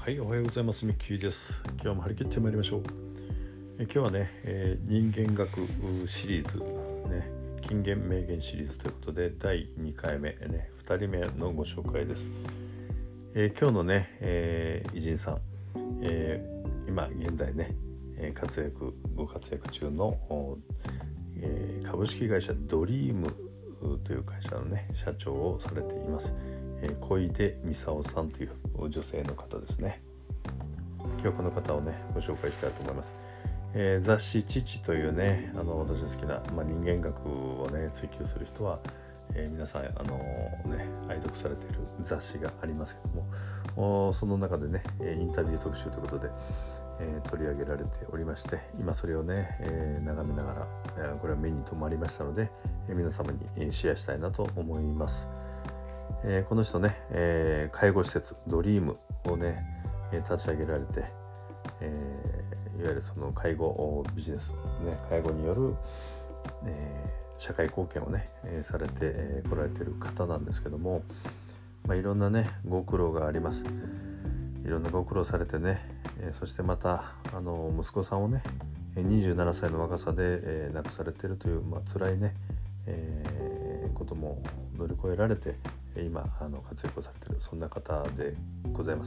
はい、おはようございます。ミッキーです。今日も張り切ってまいりましょう。今日はね、人間学シリーズ、ね、金言名言シリーズということで第2回目、ね、2人目のご紹介です。今日のね、偉人さん、今現在ね、ご活躍中の、株式会社ドリームという会社のね社長をされています、小出美沙さんという女性の方ですね。今日はこの方をねご紹介したいと思います。雑誌父というね私の好きな、人間学をね追求する人は、皆さん愛読されている雑誌がありますけども、その中でねインタビュー特集ということで、取り上げられておりまして、今それをね、眺めながら、これは目に留まりましたので、皆様にシェアしたいなと思います。この人ね、介護施設ドリームをね立ち上げられて、いわゆるその介護ビジネス、ね、介護による、社会貢献をね、されてこられている方なんですけども、いろんなねご苦労があります。いろんなご苦労されてね、そしてまた息子さんをね27歳の若さで、亡くされているという、辛いね、ことも乗り越えられて今活躍をされている、そんな方でございます。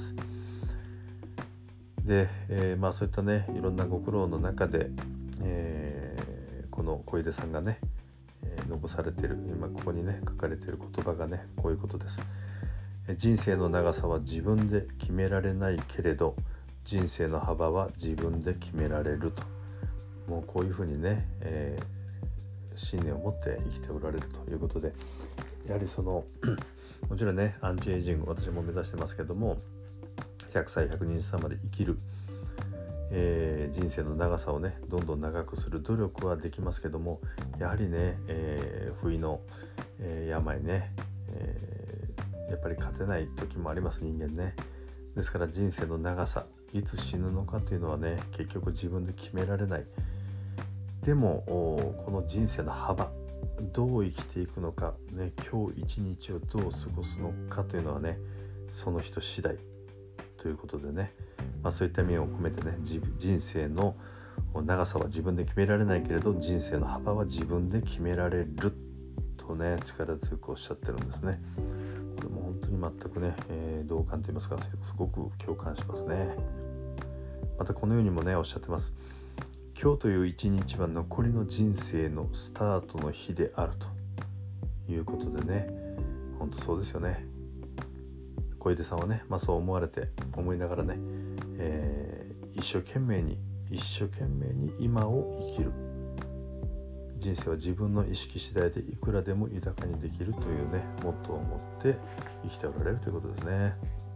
で、そういったねいろんなご苦労の中で、この小出さんがね、残されている、今ここにね書かれている言葉がねこういうことです。人生の長さは自分で決められないけれど、人生の幅は自分で決められると。もうこういうふうにね、信念を持って生きておられるということで、やはりもちろんねアンチエイジング私も目指してますけども、100歳120歳まで生きる、人生の長さをねどんどん長くする努力はできますけども、やはりね、不意の、病ね、やっぱり勝てない時もあります、人間ね。ですから人生の長さ、いつ死ぬのかというのはね結局自分で決められない。でもこの人生の幅、どう生きていくのか、ね、今日一日をどう過ごすのかというのはねその人次第ということでね、そういった意味を込めてね、人生の長さは自分で決められないけれど人生の幅は自分で決められるとね力強くおっしゃってるんですね。これも本当に全くね、同感といいますか、すごく共感しますね。またこのようにもねおっしゃってます。今日という一日は残りの人生のスタートの日であるということでね、本当そうですよね。小出さんはね、そう思いながらね、一生懸命に今を生きる。人生は自分の意識次第でいくらでも豊かにできるというねモットーを持って生きておられるということですね。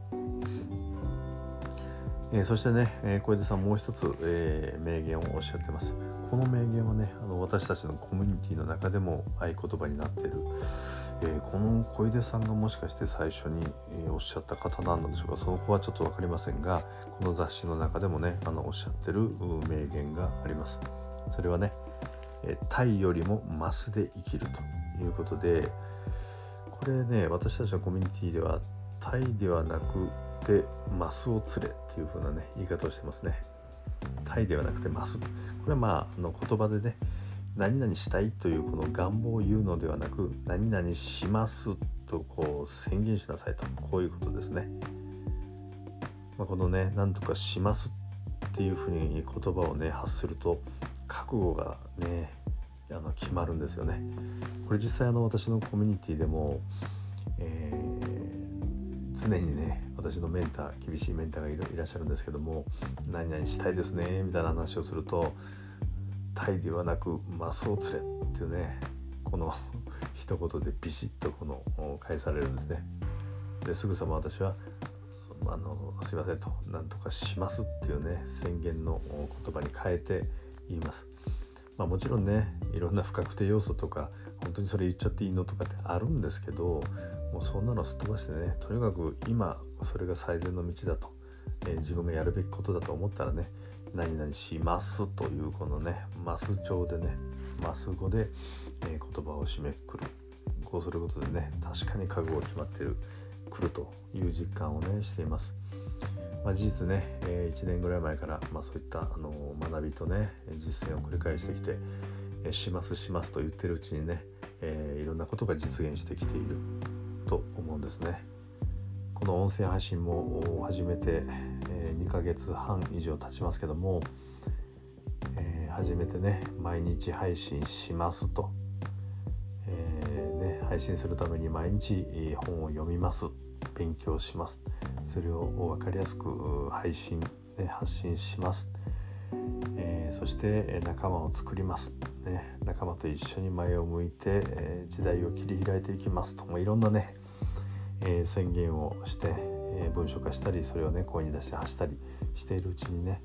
そしてね、小出さんもう一つ、名言をおっしゃってます。この名言はね私たちのコミュニティの中でも合言葉になっている、この小出さんがもしかして最初に、おっしゃった方なんでしょうか。その子はちょっと分かりませんが、この雑誌の中でもねおっしゃってる名言があります。それはね、タイよりもマスで生きるということで、これね私たちのコミュニティではタイではなくてマスを釣れっていう風なね言い方をしてますね。タイではなくてマス、これは言葉でね何々したいというこの願望を言うのではなく、何々しますとこう宣言しなさいと、こういうことですね。このね何とかしますっていうふうに言葉をね発すると覚悟がね決まるんですよね。これ実際私のコミュニティでも、常にね私の厳しいメンターがいらっしゃるんですけども、何々したいですねみたいな話をすると、タイではなくマスを釣れっていうねこの一言でビシッと返されるんですね。ですぐさま私はすいませんと、なんとかしますっていうね宣言の言葉に変えて言います。もちろんねいろんな不確定要素とか、本当にそれ言っちゃっていいのとかってあるんですけど、もうそんなのすっ飛ばしてね、とにかく今それが最善の道だと、自分がやるべきことだと思ったらね、何々しますというこのねマス調でねマス語で、言葉を締めくる。こうすることでね確かに覚悟が決まってくるという実感をねしています。 事実ね、1年ぐらい前から、そういった学びとね実践を繰り返してきて、しますと言ってるうちにね、いろんなことが実現してきていると思うんですね。この音声配信も始めて、2ヶ月半以上経ちますけども、初めてね毎日配信しますと、配信するために毎日本を読みます、勉強します、それを分かりやすく発信します、そして仲間を作ります、仲間と一緒に前を向いて、時代を切り開いていきますと、いろんなね、宣言をして、文書化したり、それをね声に出して発したりしているうちにね、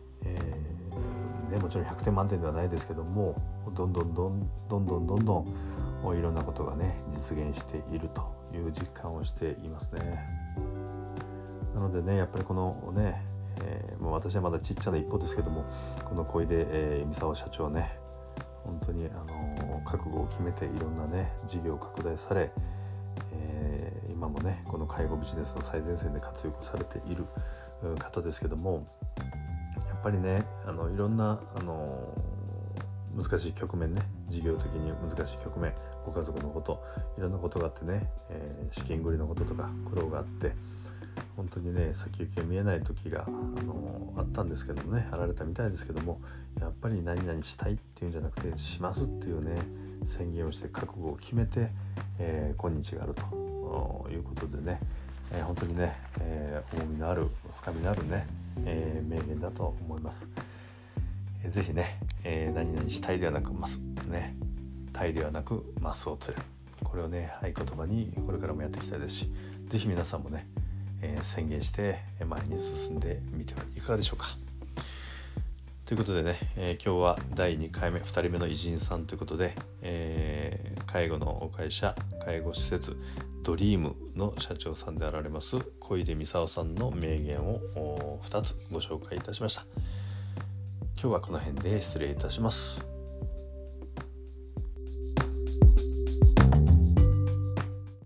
もちろん100点満点ではないですけども、どんどんいろんなことがね実現しているという実感をしていますね。なのでね、やっぱりこのね、もう私はまだちっちゃな一歩ですけども、この小出美沙社長ね、本当に覚悟を決めていろんなね事業を拡大され、今もねこの介護ビジネスの最前線で活躍されている方ですけども、やっぱりねいろんな難しい局面ね、事業的に難しい局面、ご家族のこと、いろんなことがあってね、資金繰りのこととか苦労があって、本当にね先行きが見えない時があったんですけどもね、あられたみたいですけども、やっぱり何々したいっていうんじゃなくて、しますっていうね宣言をして覚悟を決めて、今日があるということでね、本当にね、重みのある深みのあるね、名言だと思います。ぜひね、何々したいではなくますね、たいではなくますを釣れる、これをね合言葉にこれからもやっていきたいですし、ぜひ皆さんもね、宣言して前に進んでみてはいかがでしょうか。ということでね、今日は第2回目2人目の偉人さんということで、介護の会社介護施設ドリームの社長さんであられます小出美沙さんの名言を2つご紹介いたしました。今日はこの辺で失礼いたします。